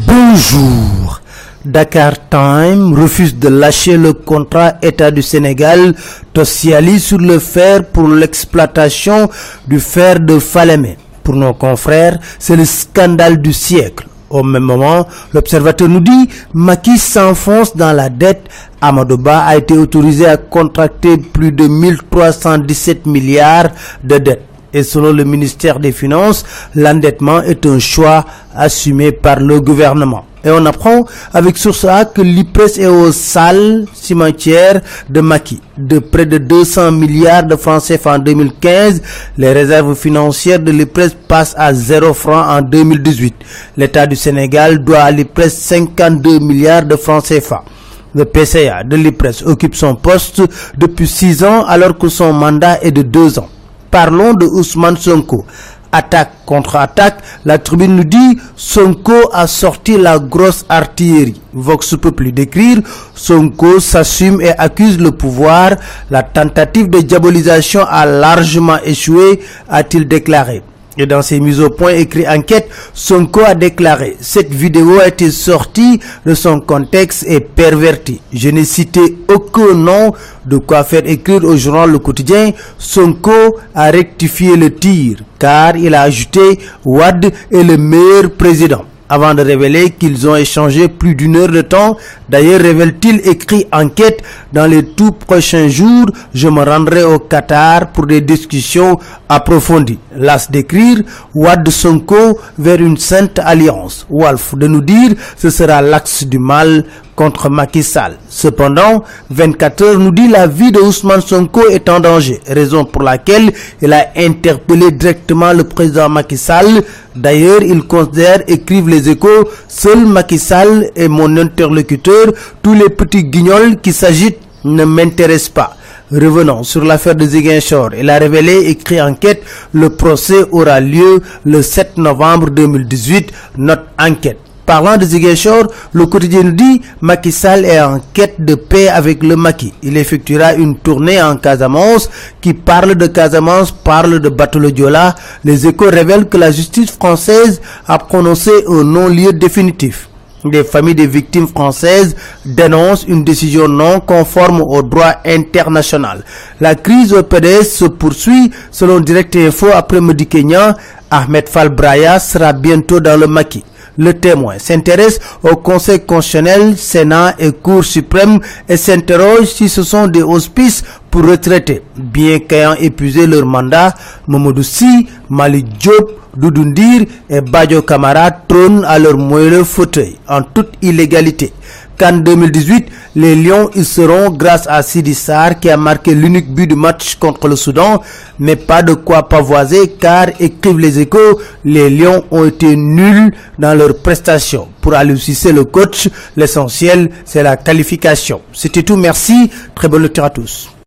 Bonjour. Dakar Time refuse de lâcher le contrat État du Sénégal Tosyali sur le fer pour l'exploitation du fer de Falémé. Pour nos confrères, c'est le scandale du siècle. Au même moment, l'observateur nous dit Macky s'enfonce dans la dette. Amadou Ba a été autorisé à contracter plus de 1317 milliards de dettes. Et selon le ministère des Finances, l'endettement est un choix assumé par le gouvernement. Et on apprend avec Source A que l'IPRES est aux salles cimetières de Macky. De près de 200 milliards de francs CFA en 2015, les réserves financières de l'IPRES passent à 0 francs en 2018. L'État du Sénégal doit à l'IPRES 52 milliards de francs CFA. Le PCA de l'IPRES occupe son poste depuis 6 ans alors que son mandat est de 2 ans. Parlons de Ousmane Sonko. Attaque contre attaque, la tribune nous dit Sonko a sorti la grosse artillerie. Vox Populi d'écrire Sonko s'assume et accuse le pouvoir. La tentative de diabolisation a largement échoué, a-t-il déclaré. Et dans ses mises au point écrit enquête, Sonko a déclaré « Cette vidéo a été sortie de son contexte et pervertie. Je n'ai cité aucun nom, de quoi faire écrire au journal Le Quotidien. Sonko a rectifié le tir car il a ajouté « Wade est le meilleur président ». Avant de révéler qu'ils ont échangé plus d'1 heure de temps. D'ailleurs, révèle-t-il écrit enquête, dans les tout prochains jours, je me rendrai au Qatar pour des discussions approfondies. Las d'écrire, Wade Sonko vers une sainte alliance. Walf de nous dire, ce sera l'axe du mal contre Macky Sall. Cependant, 24 heures nous dit la vie de Ousmane Sonko est en danger, raison pour laquelle il a interpellé directement le président Macky Sall. D'ailleurs, il considère, écrivent les Échos, seul Macky Sall est mon interlocuteur, tous les petits guignols qui s'agitent ne m'intéressent pas. Revenons sur l'affaire de Ziguinchor. Il a révélé, écrit enquête, le procès aura lieu le 7 novembre 2018, note enquête. Parlant de Ziguinchor, le quotidien nous dit Macky Sall est en quête de paix avec le Macky. Il effectuera une tournée en Casamance. Qui parle de Casamance parle de bateau le Joola. Les Échos révèlent que la justice française a prononcé un non-lieu définitif. Des familles des victimes françaises dénoncent une décision non conforme au droit international. La crise au PDS se poursuit. Selon Direct Info, après-midi Kenya, Ahmed Fall Braya sera bientôt dans le Macky. Le Témoin s'intéresse au Conseil constitutionnel, Sénat et Cour suprême et s'interroge si ce sont des hospices pour retraités. Bien qu'ayant épuisé leur mandat, Mamadou Sy, Malick Diop, Doudou Ndir et Badio Camara trônent à leur moelleux fauteuil en toute illégalité. Qu'en 2018, les Lions y seront grâce à Sidi Sarr qui a marqué l'unique but du match contre le Soudan, mais pas de quoi pavoiser car, écrivent les Échos, les Lions ont été nuls dans leurs prestations. Pour Aliou Cissé, le coach, l'essentiel c'est la qualification. C'était tout, merci, très bonne lecture à tous.